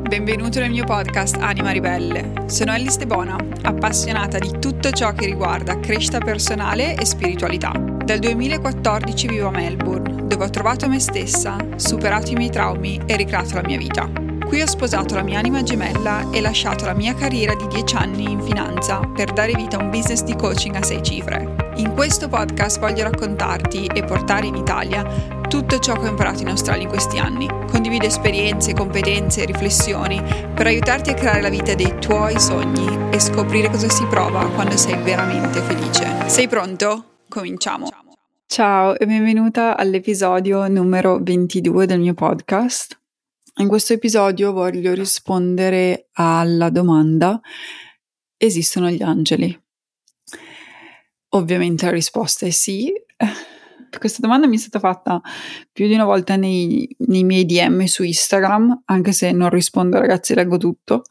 Benvenuto nel mio podcast Anima Ribelle. Sono Ellie Stebona, appassionata di tutto ciò che riguarda crescita personale e spiritualità. Dal 2014 vivo a Melbourne, dove ho trovato me stessa, superato i miei traumi e ricreato la mia vita. Qui ho sposato la mia anima gemella e lasciato la mia carriera di 10 anni in finanza per dare vita a un business di coaching a 6 cifre. In questo podcast voglio raccontarti e portare in Italia tutto ciò che ho imparato in Australia in questi anni. Condivido esperienze, competenze e riflessioni per aiutarti a creare la vita dei tuoi sogni e scoprire cosa si prova quando sei veramente felice. Sei pronto? Cominciamo! Ciao e benvenuta all'episodio numero 22 del mio podcast. In questo episodio voglio rispondere alla domanda: esistono gli angeli? Ovviamente la risposta è sì. Questa domanda mi è stata fatta più di una volta nei miei DM su Instagram, anche se non rispondo, ragazzi, leggo tutto.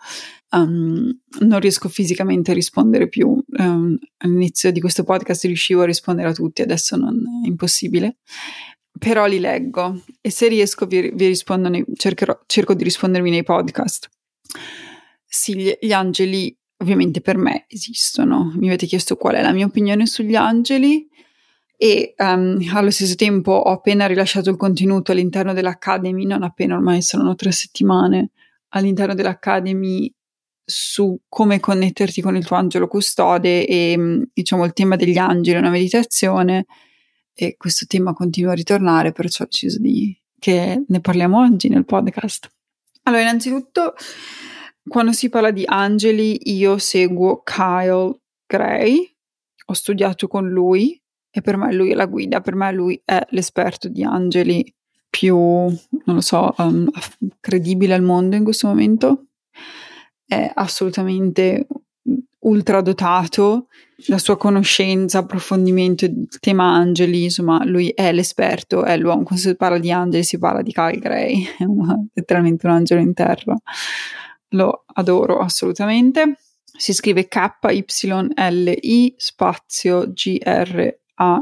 Non riesco fisicamente a rispondere più. All'inizio di questo podcast riuscivo a rispondere a tutti, adesso non è impossibile. Però li leggo e se riesco vi rispondo, cerco di rispondervi nei podcast. Sì, gli angeli ovviamente per me esistono. Mi avete chiesto qual è la mia opinione sugli angeli e allo stesso tempo ho appena rilasciato il contenuto all'interno dell'Academy, non appena, ormai sono 3 settimane, all'interno dell'Academy su come connetterti con il tuo angelo custode e diciamo il tema degli angeli, una meditazione, e questo tema continua a ritornare, perciò ho deciso che ne parliamo oggi nel podcast. Allora, innanzitutto, quando si parla di angeli io seguo Kyle Gray, ho studiato con lui e per me lui è la guida, per me lui è l'esperto di angeli più, non lo so, credibile al mondo in questo momento. È assolutamente ultra dotato, la sua conoscenza, approfondimento del tema angeli, insomma lui è l'esperto, è l'uomo. Quando si parla di angeli si parla di Kyle Gray, è letteralmente un angelo in terra, lo adoro assolutamente. Si scrive KYLI spazio GRAY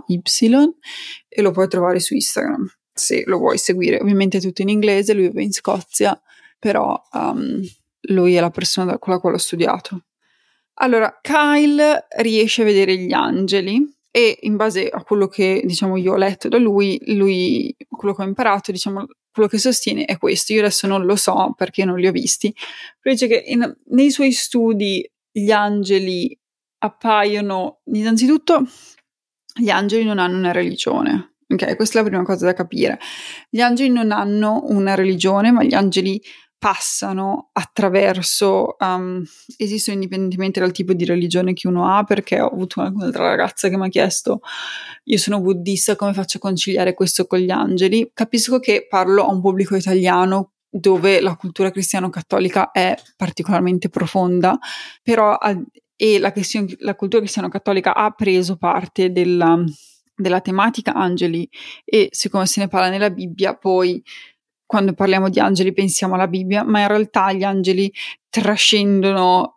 e lo puoi trovare su Instagram se lo vuoi seguire. Ovviamente è tutto in inglese, lui vive in Scozia, però lui è la persona con la quale ho studiato. Allora, Kyle riesce a vedere gli angeli e in base a quello che, diciamo, io ho letto da lui, quello che ho imparato, diciamo, quello che sostiene è questo. Io adesso non lo so perché non li ho visti, però dice che nei suoi studi gli angeli appaiono, innanzitutto, gli angeli non hanno una religione. Ok, questa è la prima cosa da capire. Gli angeli non hanno una religione, ma gli angeli passano attraverso, esistono indipendentemente dal tipo di religione che uno ha, perché ho avuto un'altra ragazza che mi ha chiesto: io sono buddista, come faccio a conciliare questo con gli angeli? Capisco che parlo a un pubblico italiano dove la cultura cristiano-cattolica è particolarmente profonda, però la cultura cristiano-cattolica ha preso parte della tematica angeli, e siccome se ne parla nella Bibbia, poi quando parliamo di angeli pensiamo alla Bibbia, ma in realtà gli angeli trascendono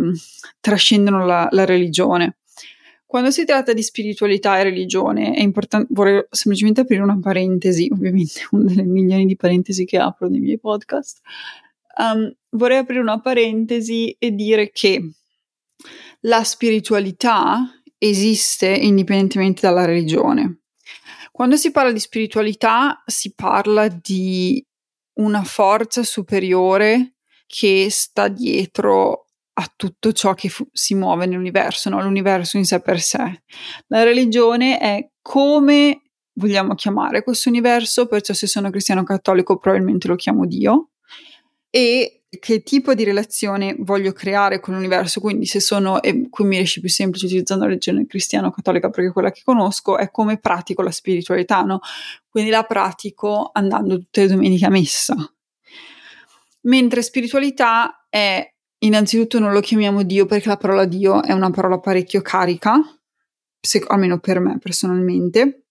la religione. Quando si tratta di spiritualità e religione è importante, vorrei semplicemente aprire una parentesi, ovviamente una delle milioni di parentesi che apro nei miei podcast. Vorrei aprire una parentesi e dire che la spiritualità esiste indipendentemente dalla religione. Quando si parla di spiritualità si parla di una forza superiore che sta dietro a tutto ciò che si muove nell'universo, no? L'universo in sé per sé. La religione è come vogliamo chiamare questo universo, perciò se sono cristiano cattolico probabilmente lo chiamo Dio, e che tipo di relazione voglio creare con l'universo. Quindi se sono, e qui mi riesce più semplice utilizzando la religione cristiano-cattolica perché è quella che conosco, è come pratico la spiritualità, no? Quindi la pratico andando tutte le domeniche a messa. Mentre spiritualità è, innanzitutto non lo chiamiamo Dio perché la parola Dio è una parola parecchio carica, almeno per me personalmente,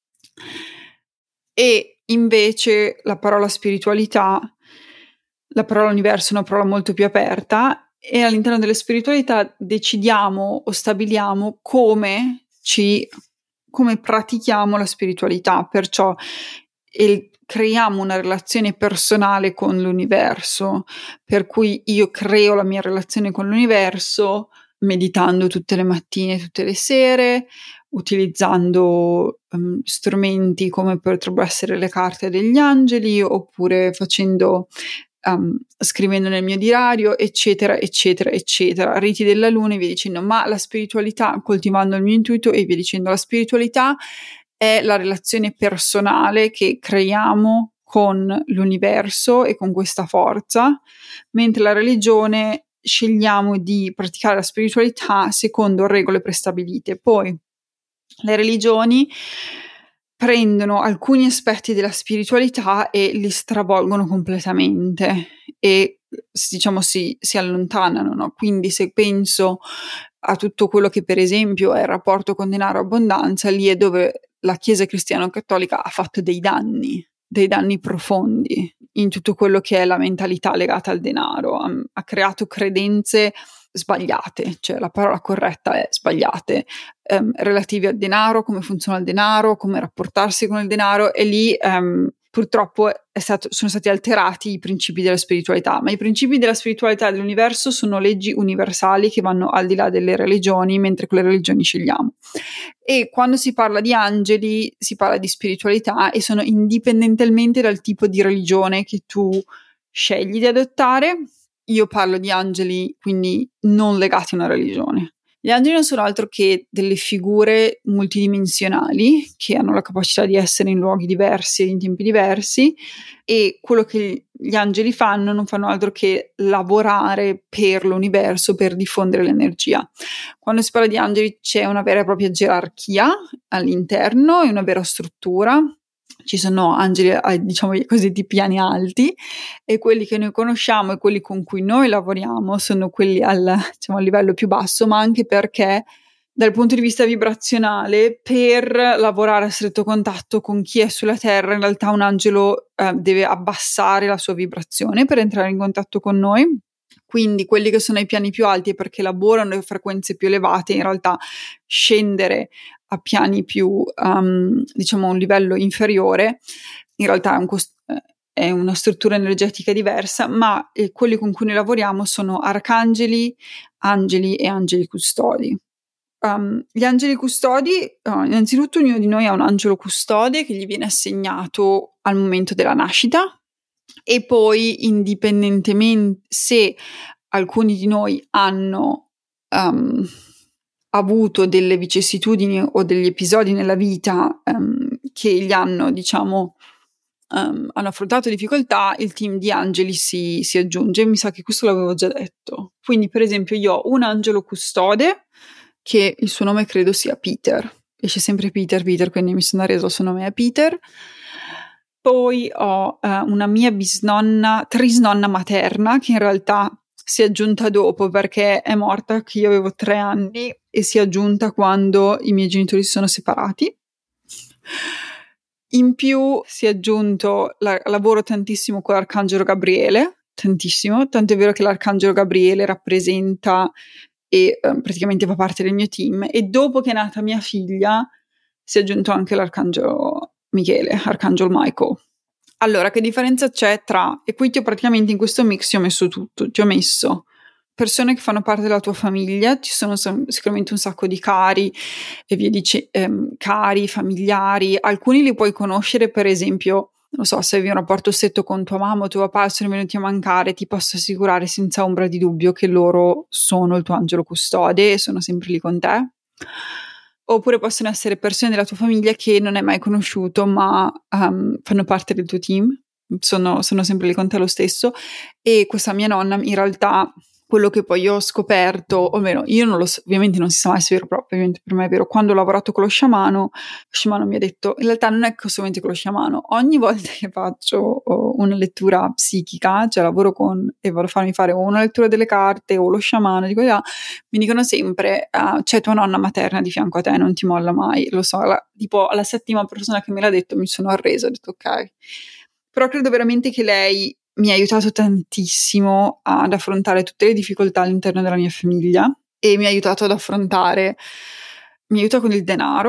e invece la parola spiritualità, la parola universo è una parola molto più aperta, e all'interno delle spiritualità decidiamo o stabiliamo come pratichiamo la spiritualità. Perciò creiamo una relazione personale con l'universo, per cui io creo la mia relazione con l'universo meditando tutte le mattine, tutte le sere, utilizzando strumenti come potrebbero essere le carte degli angeli, oppure scrivendo nel mio diario, eccetera, eccetera, eccetera, riti della luna e via dicendo, ma la spiritualità, coltivando il mio intuito e via dicendo, la spiritualità è la relazione personale che creiamo con l'universo e con questa forza, mentre la religione scegliamo di praticare la spiritualità secondo regole prestabilite. Poi le religioni prendono alcuni aspetti della spiritualità e li stravolgono completamente e diciamo si allontanano, no? Quindi se penso a tutto quello che per esempio è il rapporto con denaro e abbondanza, lì è dove la Chiesa cristiano-cattolica ha fatto dei danni profondi in tutto quello che è la mentalità legata al denaro, ha creato credenze sbagliate, cioè la parola corretta è sbagliate, relative al denaro, come funziona il denaro, come rapportarsi con il denaro, e lì purtroppo sono stati alterati i principi della spiritualità, ma i principi della spiritualità dell'universo sono leggi universali che vanno al di là delle religioni, mentre con le religioni scegliamo. E quando si parla di angeli si parla di spiritualità e sono indipendentemente dal tipo di religione che tu scegli di adottare. Io parlo di angeli quindi non legati a una religione. Gli angeli non sono altro che delle figure multidimensionali che hanno la capacità di essere in luoghi diversi e in tempi diversi, e quello che gli angeli fanno non fanno altro che lavorare per l'universo, per diffondere l'energia. Quando si parla di angeli c'è una vera e propria gerarchia all'interno e una vera struttura. Ci sono angeli diciamo i cosiddetti piani alti, e quelli che noi conosciamo e quelli con cui noi lavoriamo sono quelli al livello più basso, ma anche perché dal punto di vista vibrazionale, per lavorare a stretto contatto con chi è sulla Terra, in realtà un angelo deve abbassare la sua vibrazione per entrare in contatto con noi. Quindi quelli che sono ai piani più alti, perché lavorano a frequenze più elevate, in realtà scendere a piani più, diciamo un livello inferiore, in realtà è una struttura energetica diversa, ma quelli con cui noi lavoriamo sono arcangeli, angeli e angeli custodi. Gli angeli custodi, innanzitutto ognuno di noi ha un angelo custode che gli viene assegnato al momento della nascita, e poi indipendentemente se alcuni di noi hanno avuto delle vicissitudini o degli episodi nella vita che gli hanno, diciamo, hanno affrontato difficoltà, il team di angeli si aggiunge. Mi sa che questo l'avevo già detto. Quindi per esempio io ho un angelo custode che il suo nome credo sia Peter, esce sempre Peter, quindi mi sono resa il suo nome è Peter. Poi ho una mia trisnonna materna che in realtà si è aggiunta dopo perché è morta che io avevo 3 anni e si è aggiunta quando i miei genitori si sono separati. In più si è aggiunto, lavoro tantissimo con l'Arcangelo Gabriele, tantissimo, tanto è vero che l'Arcangelo Gabriele rappresenta e praticamente fa parte del mio team, e dopo che è nata mia figlia si è aggiunto anche l'Arcangelo Michele, Arcangelo Michael. Allora, che differenza c'è tra, e qui praticamente in questo mix ti ho messo tutto, ti ho messo persone che fanno parte della tua famiglia, ci sono sicuramente un sacco di cari e via cari, familiari, alcuni li puoi conoscere, per esempio, non so, se avevi un rapporto stretto con tua mamma o tuo papà e sono venuti a mancare, ti posso assicurare senza ombra di dubbio che loro sono il tuo angelo custode e sono sempre lì con te. Oppure possono essere persone della tua famiglia che non hai mai conosciuto, ma fanno parte del tuo team, sono sempre lì con te lo stesso. E questa mia nonna, in realtà, quello che poi io ho scoperto, o meno, io non lo so, ovviamente non si sa mai se è vero, però ovviamente per me è vero, quando ho lavorato con lo sciamano mi ha detto, in realtà non è solamente con lo sciamano, ogni volta che faccio una lettura psichica, cioè lavoro e vado a farmi fare o una lettura delle carte o lo sciamano, dico mi dicono sempre, c'è tua nonna materna di fianco a te, non ti molla mai, lo so, tipo alla 7ª persona che me l'ha detto mi sono arresa, ho detto ok, però credo veramente che lei mi ha aiutato tantissimo ad affrontare tutte le difficoltà all'interno della mia famiglia, e mi ha aiutato mi aiuta con il denaro,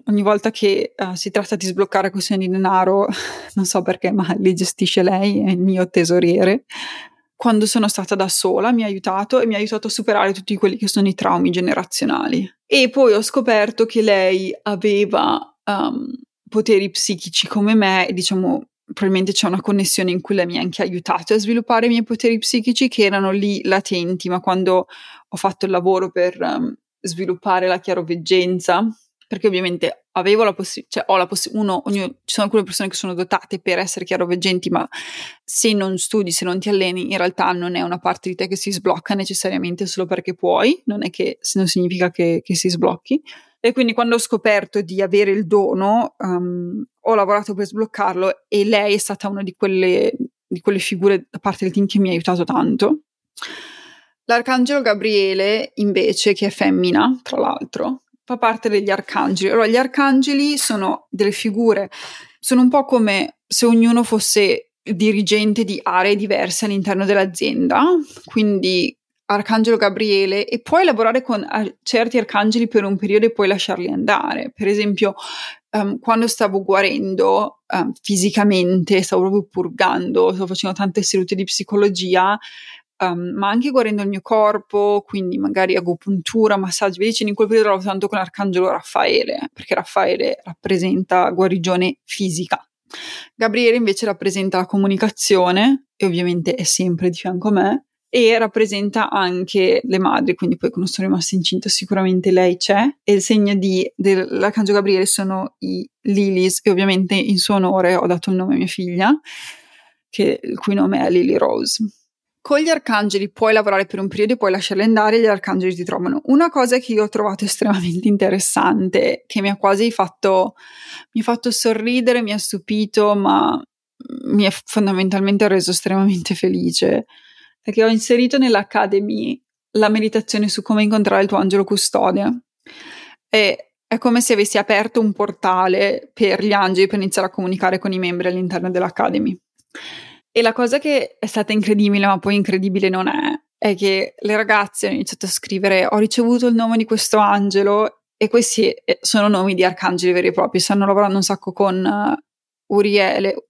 ogni volta che si tratta di sbloccare questioni di denaro, non so perché, ma li gestisce lei, è il mio tesoriere. Quando sono stata da sola mi ha aiutato e mi ha aiutato a superare tutti quelli che sono i traumi generazionali. E poi ho scoperto che lei aveva poteri psichici come me e diciamo probabilmente c'è una connessione in cui lei mi ha anche aiutato a sviluppare i miei poteri psichici che erano lì latenti, ma quando ho fatto il lavoro per sviluppare la chiaroveggenza, perché ovviamente avevo la possibilità, cioè ho la possibilità, ci sono alcune persone che sono dotate per essere chiaroveggenti, ma se non studi, se non ti alleni, in realtà non è una parte di te che si sblocca necessariamente solo perché puoi, non è che non significa che si sblocchi. E quindi quando ho scoperto di avere il dono, ho lavorato per sbloccarlo e lei è stata una di quelle figure da parte del team che mi ha aiutato tanto. L'Arcangelo Gabriele, invece, che è femmina, tra l'altro, fa parte degli arcangeli. Allora, gli arcangeli sono delle figure, sono un po' come se ognuno fosse dirigente di aree diverse all'interno dell'azienda, quindi Arcangelo Gabriele, e puoi lavorare con certi arcangeli per un periodo e poi lasciarli andare. Per esempio, quando stavo guarendo fisicamente, stavo proprio purgando, stavo facendo tante sedute di psicologia, ma anche guarendo il mio corpo, quindi magari agopuntura, massaggi, vedi, in quel periodo lavoro tanto con Arcangelo Raffaele, perché Raffaele rappresenta guarigione fisica. Gabriele invece rappresenta la comunicazione e ovviamente è sempre di fianco a me e rappresenta anche le madri, quindi poi quando sono rimasta incinta sicuramente lei c'è e il segno dell'Arcangelo Gabriele sono i lilies e ovviamente in suo onore ho dato il nome a mia figlia, il cui nome è Lily Rose. Con gli arcangeli puoi lavorare per un periodo e puoi lasciarli andare e gli arcangeli ti trovano. Una cosa che io ho trovato estremamente interessante, che mi ha fatto sorridere, mi ha stupito, ma mi ha fondamentalmente reso estremamente felice, è che ho inserito nell'Academy la meditazione su come incontrare il tuo angelo custode. E è come se avessi aperto un portale per gli angeli per iniziare a comunicare con i membri all'interno dell'Academy. E la cosa che è stata incredibile, ma poi incredibile non è che le ragazze hanno iniziato a scrivere: ho ricevuto il nome di questo angelo, e questi sono nomi di arcangeli veri e propri. Stanno lavorando un sacco con Uriel,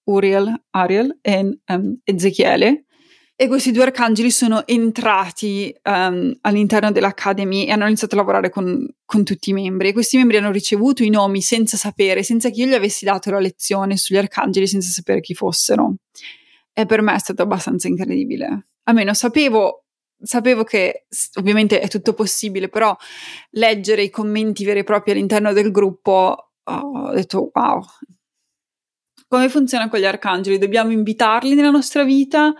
Ariel e Ezechiele. E questi due arcangeli sono entrati all'interno dell'Academy e hanno iniziato a lavorare con tutti i membri. E questi membri hanno ricevuto i nomi senza sapere, senza che io gli avessi dato la lezione sugli arcangeli, senza sapere chi fossero. E per me è stato abbastanza incredibile. Almeno sapevo che ovviamente è tutto possibile, però leggere i commenti veri e propri all'interno del gruppo, ho detto wow. Come funziona con gli arcangeli? Dobbiamo invitarli nella nostra vita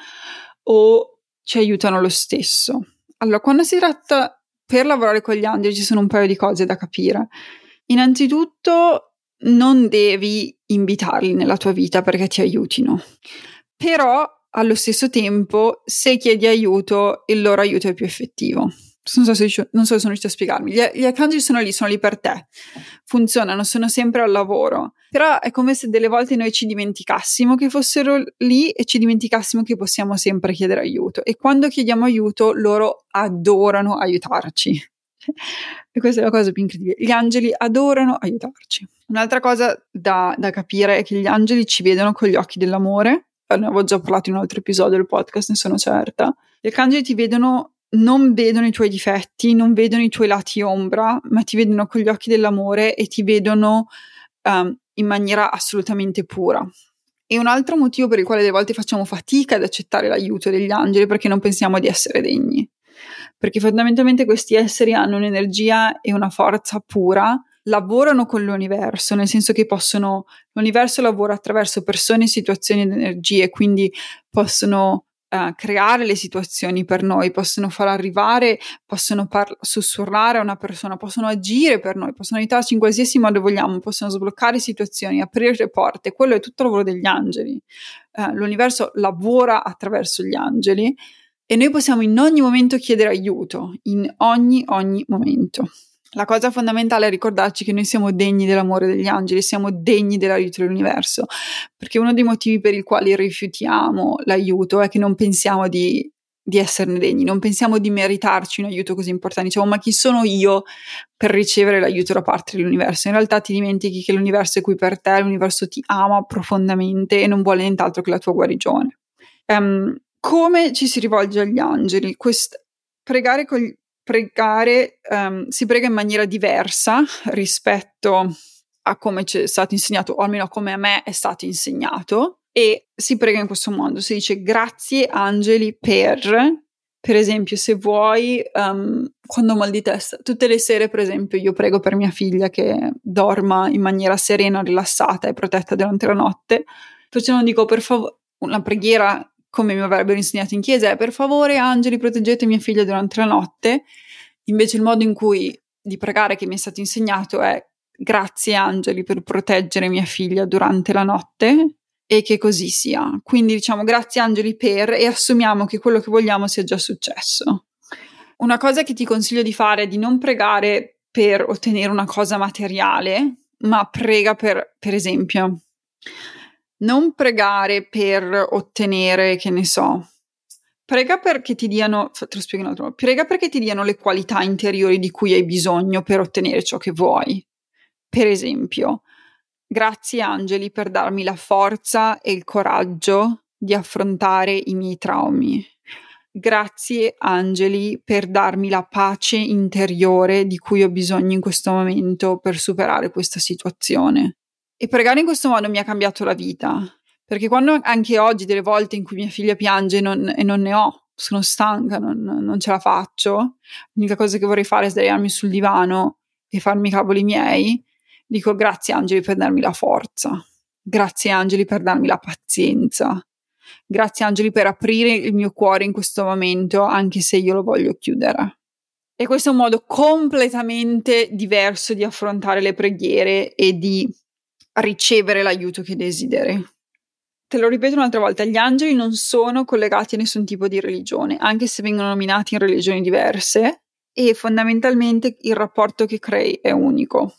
o ci aiutano lo stesso? Allora, quando si tratta per lavorare con gli angeli ci sono un paio di cose da capire. Innanzitutto non devi invitarli nella tua vita perché ti aiutino, però allo stesso tempo se chiedi aiuto il loro aiuto è più effettivo. Non so se sono riuscita a spiegarmi. Gli arcangeli sono lì per te, funzionano, sono sempre al lavoro, però è come se delle volte noi ci dimenticassimo che fossero lì e ci dimenticassimo che possiamo sempre chiedere aiuto, e quando chiediamo aiuto loro adorano aiutarci. E questa è la cosa più incredibile, gli angeli adorano aiutarci. Un'altra cosa da capire è che gli angeli ci vedono con gli occhi dell'amore. Ne avevo già parlato in un altro episodio del podcast, ne sono certa. Gli arcangeli ti vedono, non vedono i tuoi difetti, non vedono i tuoi lati ombra, ma ti vedono con gli occhi dell'amore e ti vedono in maniera assolutamente pura. E un altro motivo per il quale delle volte facciamo fatica ad accettare l'aiuto degli angeli è perché non pensiamo di essere degni. Perché fondamentalmente questi esseri hanno un'energia e una forza pura, lavorano con l'universo, nel senso che l'universo lavora attraverso persone, situazioni ed energie, quindi possono creare le situazioni per noi, possono far arrivare, possono sussurrare a una persona, possono agire per noi, possono aiutarci in qualsiasi modo vogliamo, possono sbloccare situazioni, aprire le porte. Quello è tutto il lavoro degli angeli. L'universo lavora attraverso gli angeli e noi possiamo in ogni momento chiedere aiuto, in ogni momento. La cosa fondamentale è ricordarci che noi siamo degni dell'amore degli angeli, siamo degni dell'aiuto dell'universo, perché uno dei motivi per i quali rifiutiamo l'aiuto è che non pensiamo di di esserne degni, non pensiamo di meritarci un aiuto così importante. Diciamo, ma chi sono io per ricevere l'aiuto da parte dell'universo? In realtà ti dimentichi che l'universo è qui per te, l'universo ti ama profondamente e non vuole nient'altro che la tua guarigione. Come ci si rivolge agli angeli? Pregare si prega in maniera diversa rispetto a come ci è stato insegnato, o almeno come a me è stato insegnato, e si prega in questo modo. Si dice grazie angeli per esempio, se vuoi, quando ho mal di testa, tutte le sere, per esempio, io prego per mia figlia che dorma in maniera serena, rilassata e protetta durante la notte. Perciò non dico per favore, una preghiera come mi avrebbero insegnato in chiesa è per favore angeli proteggete mia figlia durante la notte. Invece il modo in cui di pregare che mi è stato insegnato è grazie angeli per proteggere mia figlia durante la notte, e che così sia. Quindi diciamo grazie angeli per, e assumiamo che quello che vogliamo sia già successo. Una cosa che ti consiglio di fare è di non pregare per ottenere una cosa materiale, ma prega per esempio, non pregare per ottenere, che ne so, prega perché ti diano, te lo spiego un altro modo, prega perché ti diano le qualità interiori di cui hai bisogno per ottenere ciò che vuoi. Per esempio, grazie angeli per darmi la forza e il coraggio di affrontare i miei traumi. Grazie angeli per darmi la pace interiore di cui ho bisogno in questo momento per superare questa situazione. E pregare in questo modo mi ha cambiato la vita, perché quando anche oggi delle volte in cui mia figlia piange e non ne ho, sono stanca, non ce la faccio, l'unica cosa che vorrei fare è sdraiarmi sul divano e farmi i cavoli miei, dico grazie angeli per darmi la forza, grazie angeli per darmi la pazienza, grazie angeli per aprire il mio cuore in questo momento anche se io lo voglio chiudere. E questo è un modo completamente diverso di affrontare le preghiere e di ricevere l'aiuto che desideri. Te lo ripeto un'altra volta, gli angeli non sono collegati a nessun tipo di religione, anche se vengono nominati in religioni diverse, e fondamentalmente il rapporto che crei è unico.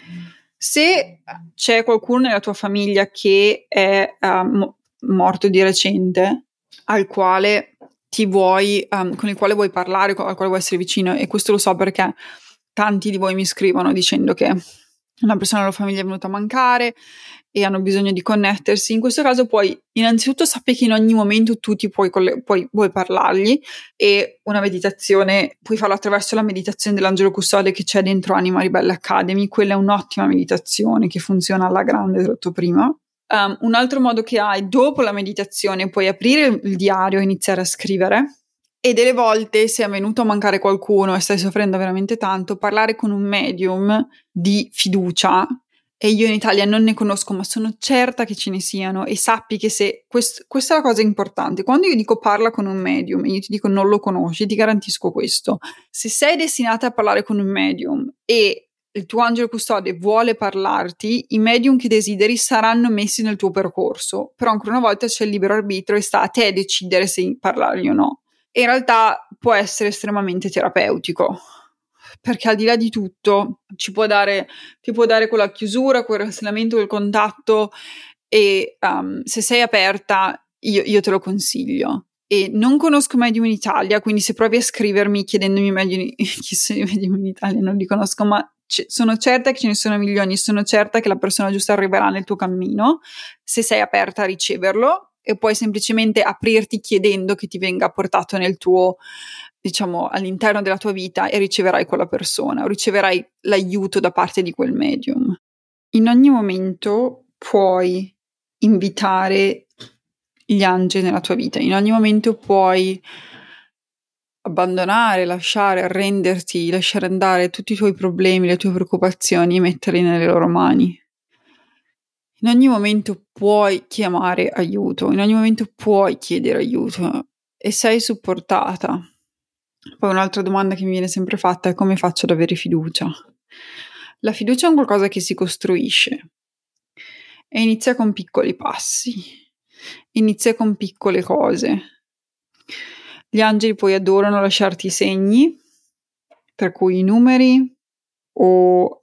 Se c'è qualcuno nella tua famiglia che è morto di recente, al quale con il quale vuoi parlare, al quale vuoi essere vicino, e questo lo so perché tanti di voi mi scrivono dicendo che una persona della famiglia è venuta a mancare e hanno bisogno di connettersi. In questo caso puoi, innanzitutto sappi che in ogni momento tu puoi parlargli, e una meditazione puoi farlo attraverso la meditazione dell'angelo custode che c'è dentro Anima Ribelle Academy. Quella è un'ottima meditazione che funziona alla grande, te l'ho detto prima. Un altro modo che hai, dopo la meditazione puoi aprire il diario e iniziare a scrivere. E delle volte, se è venuto a mancare qualcuno e stai soffrendo veramente tanto, parlare con un medium di fiducia, e io in Italia non ne conosco, ma sono certa che ce ne siano, e sappi che se questa è la cosa importante. Quando io dico parla con un medium e io ti dico non lo conosci, ti garantisco questo: se sei destinata a parlare con un medium e il tuo angelo custode vuole parlarti, i medium che desideri saranno messi nel tuo percorso, però ancora una volta c'è il libero arbitrio e sta a te decidere se parlargli o no. E in realtà può essere estremamente terapeutico, perché al di là di tutto ti può dare quella chiusura, quel rassegnalamento, quel contatto, e se sei aperta io te lo consiglio. E non conosco medium in Italia, quindi se provi a scrivermi chiedendomi chi sono i medium in Italia, non li conosco, ma sono certa che ce ne sono milioni, sono certa che la persona giusta arriverà nel tuo cammino se sei aperta a riceverlo, e puoi semplicemente aprirti chiedendo che ti venga portato nel tuo, diciamo, all'interno della tua vita, e riceverai quella persona o riceverai l'aiuto da parte di quel medium. In ogni momento puoi invitare gli angeli nella tua vita, in ogni momento puoi abbandonare, lasciare, arrenderti, lasciare andare tutti i tuoi problemi, le tue preoccupazioni e metterli nelle loro mani. In ogni momento puoi chiamare aiuto, in ogni momento puoi chiedere aiuto e sei supportata. Poi un'altra domanda che mi viene sempre fatta è: come faccio ad avere fiducia? La fiducia è un qualcosa che si costruisce e inizia con piccoli passi, inizia con piccole cose. Gli angeli poi adorano lasciarti segni, tra cui i numeri o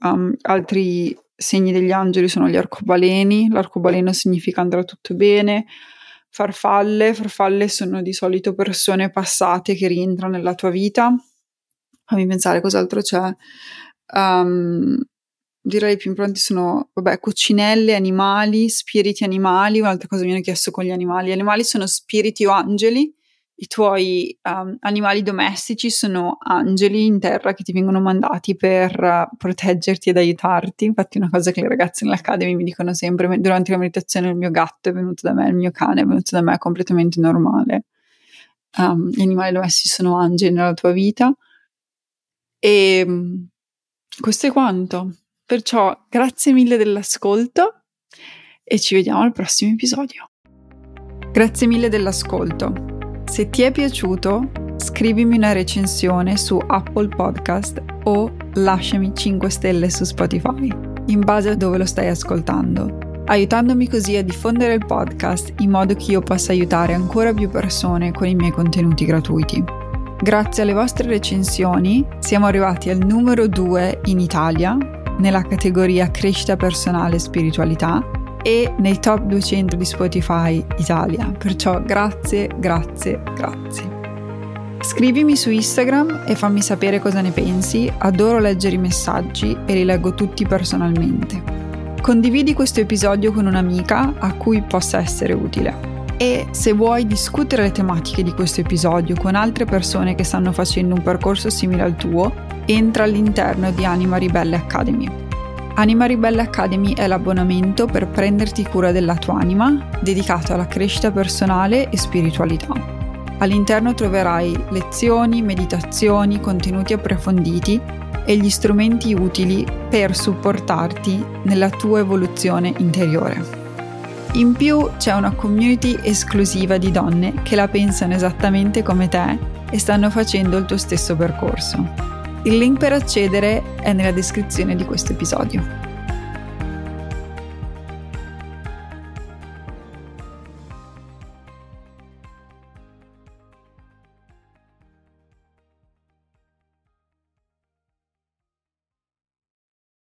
altri segni degli angeli sono gli arcobaleni. L'arcobaleno significa andrà tutto bene, farfalle. Farfalle sono di solito persone passate che rientrano nella tua vita. Fammi pensare cos'altro c'è. Direi più impronti sono, coccinelle, animali, spiriti animali. Un'altra cosa mi hanno chiesto con gli animali. Gli animali sono spiriti o angeli. I tuoi animali domestici sono angeli in terra che ti vengono mandati per proteggerti ed aiutarti. Infatti una cosa che le ragazze nell'Academy mi dicono sempre durante la meditazione: il mio gatto è venuto da me, il mio cane è venuto da me, è completamente normale. Gli animali domestici sono angeli nella tua vita. E questo è quanto. Perciò grazie mille dell'ascolto e ci vediamo al prossimo episodio. Grazie mille dell'ascolto. Se ti è piaciuto, scrivimi una recensione su Apple Podcast o lasciami 5 stelle su Spotify, in base a dove lo stai ascoltando, aiutandomi così a diffondere il podcast in modo che io possa aiutare ancora più persone con i miei contenuti gratuiti. Grazie alle vostre recensioni siamo arrivati al numero 2 in Italia nella categoria crescita personale e spiritualità e nei top 200 di Spotify Italia, perciò grazie. Scrivimi su Instagram e fammi sapere cosa ne pensi, adoro leggere i messaggi e li leggo tutti personalmente. Condividi questo episodio con un'amica a cui possa essere utile. E se vuoi discutere le tematiche di questo episodio con altre persone che stanno facendo un percorso simile al tuo, entra all'interno di Anima Ribelle Academy. Anima Ribelle Academy è l'abbonamento per prenderti cura della tua anima, dedicato alla crescita personale e spiritualità. All'interno troverai lezioni, meditazioni, contenuti approfonditi e gli strumenti utili per supportarti nella tua evoluzione interiore. In più c'è una community esclusiva di donne che la pensano esattamente come te e stanno facendo il tuo stesso percorso. Il link per accedere è nella descrizione di questo episodio.